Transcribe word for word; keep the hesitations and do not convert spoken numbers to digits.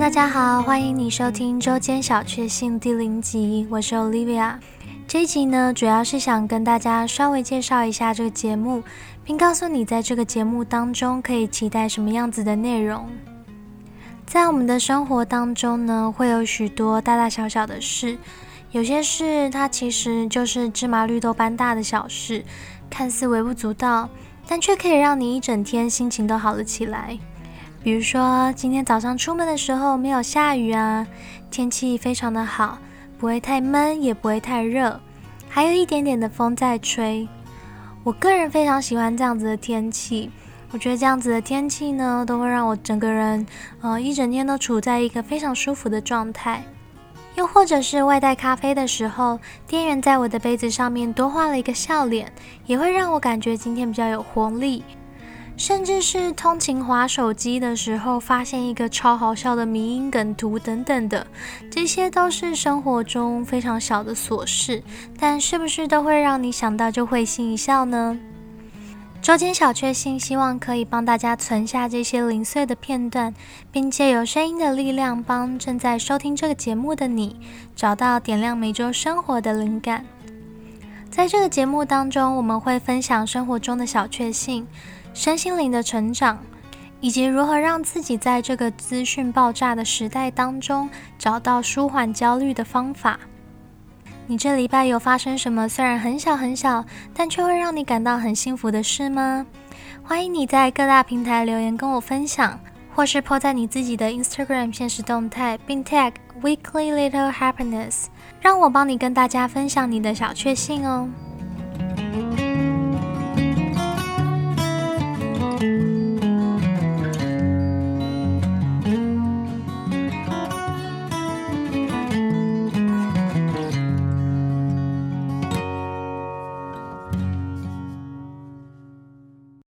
大家好，欢迎你收听周间小确幸第零集，我是 Olivia。这一集呢，主要是想跟大家稍微介绍一下这个节目，并告诉你在这个节目当中可以期待什么样子的内容。在我们的生活当中呢，会有许多大大小小的事，有些事它其实就是芝麻绿豆般大的小事，看似微不足道，但却可以让你一整天心情都好了起来。比如说今天早上出门的时候没有下雨啊，天气非常的好，不会太闷也不会太热，还有一点点的风在吹。我个人非常喜欢这样子的天气，我觉得这样子的天气呢，都会让我整个人呃一整天都处在一个非常舒服的状态。又或者是外带咖啡的时候，店员在我的杯子上面多画了一个笑脸，也会让我感觉今天比较有活力。甚至是通勤滑手机的时候，发现一个超好笑的迷因梗图等等的，这些都是生活中非常小的琐事，但是不是都会让你想到就会心一笑呢？周间小确幸希望可以帮大家存下这些零碎的片段，并借由声音的力量，帮正在收听这个节目的你找到点亮每周生活的灵感。在这个节目当中，我们会分享生活中的小确幸、身心灵的成长，以及如何让自己在这个资讯爆炸的时代当中找到舒缓焦虑的方法。你这礼拜有发生什么虽然很小很小，但却会让你感到很幸福的事吗？欢迎你在各大平台留言跟我分享，或是 po 在你自己的 Instagram 限时动态，并 tag Weekly Little Happiness， 让我帮你跟大家分享你的小确幸哦。